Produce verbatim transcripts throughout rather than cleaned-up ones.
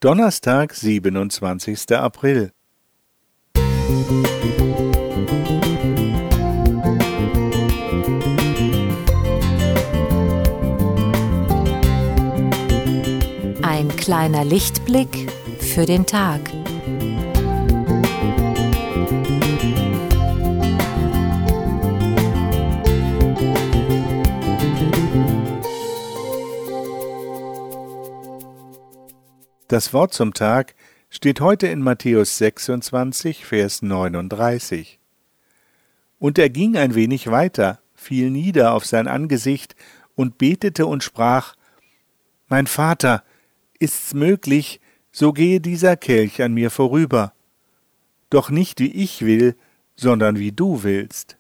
Donnerstag, siebenundzwanzigster April. Ein kleiner Lichtblick für den Tag. Das Wort zum Tag steht heute in Matthäus sechsundzwanzig, Vers neununddreißig. Und er ging ein wenig weiter, fiel nieder auf sein Angesicht und betete und sprach: Mein Vater, ist's möglich, so gehe dieser Kelch an mir vorüber. Doch nicht wie ich will, sondern wie du willst.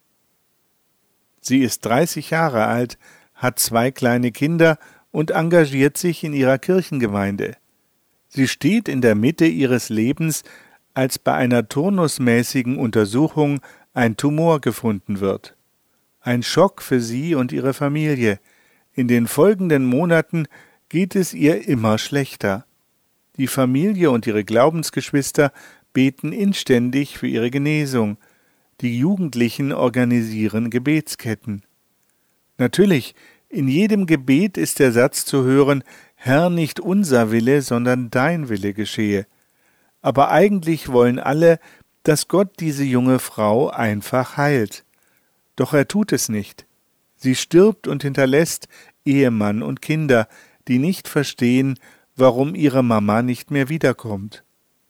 Sie ist dreißig Jahre alt, hat zwei kleine Kinder und engagiert sich in ihrer Kirchengemeinde. Sie steht in der Mitte ihres Lebens, als bei einer turnusmäßigen Untersuchung ein Tumor gefunden wird. Ein Schock für sie und ihre Familie. In den folgenden Monaten geht es ihr immer schlechter. Die Familie und ihre Glaubensgeschwister beten inständig für ihre Genesung. Die Jugendlichen organisieren Gebetsketten. Natürlich, in jedem Gebet ist der Satz zu hören: Herr, nicht unser Wille, sondern dein Wille geschehe. Aber eigentlich wollen alle, dass Gott diese junge Frau einfach heilt. Doch er tut es nicht. Sie stirbt und hinterlässt Ehemann und Kinder, die nicht verstehen, warum ihre Mama nicht mehr wiederkommt.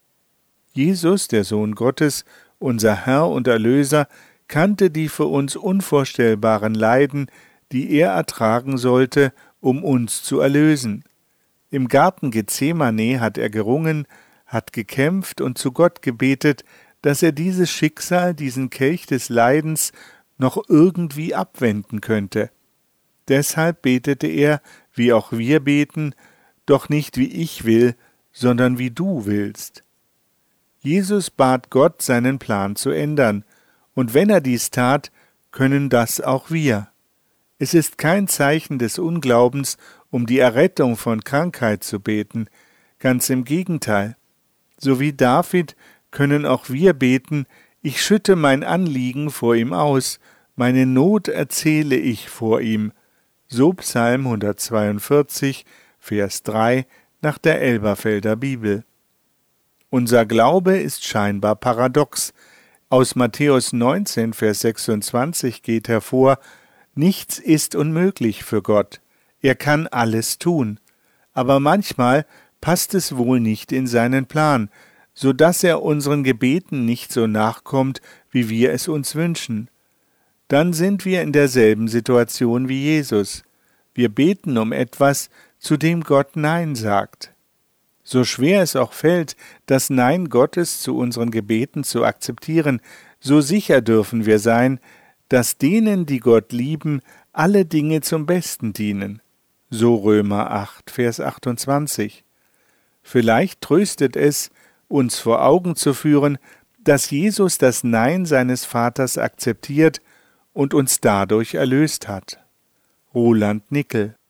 Jesus, der Sohn Gottes, unser Herr und Erlöser, kannte die für uns unvorstellbaren Leiden, die er ertragen sollte, um uns zu erlösen. Im Garten Gethsemane hat er gerungen, hat gekämpft und zu Gott gebetet, dass er dieses Schicksal, diesen Kelch des Leidens, noch irgendwie abwenden könnte. Deshalb betete er, wie auch wir beten: Doch nicht wie ich will, sondern wie du willst. Jesus bat Gott, seinen Plan zu ändern, und wenn er dies tat, können das auch wir. Es ist kein Zeichen des Unglaubens, um die Errettung von Krankheit zu beten, ganz im Gegenteil. So wie David können auch wir beten: Ich schütte mein Anliegen vor ihm aus, meine Not erzähle ich vor ihm. So Psalm hundertzweiundvierzig, Vers drei nach der Elberfelder Bibel. Unser Glaube ist scheinbar paradox. Aus Matthäus neunzehn, Vers sechsundzwanzig geht hervor: Nichts ist unmöglich für Gott. Er kann alles tun. Aber manchmal passt es wohl nicht in seinen Plan, so dass er unseren Gebeten nicht so nachkommt, wie wir es uns wünschen. Dann sind wir in derselben Situation wie Jesus. Wir beten um etwas, zu dem Gott Nein sagt. So schwer es auch fällt, das Nein Gottes zu unseren Gebeten zu akzeptieren, so sicher dürfen wir sein, dass denen, die Gott lieben, alle Dinge zum Besten dienen. So Römer acht, Vers achtundzwanzig. Vielleicht tröstet es, uns vor Augen zu führen, dass Jesus das Nein seines Vaters akzeptiert und uns dadurch erlöst hat. Roland Nickel.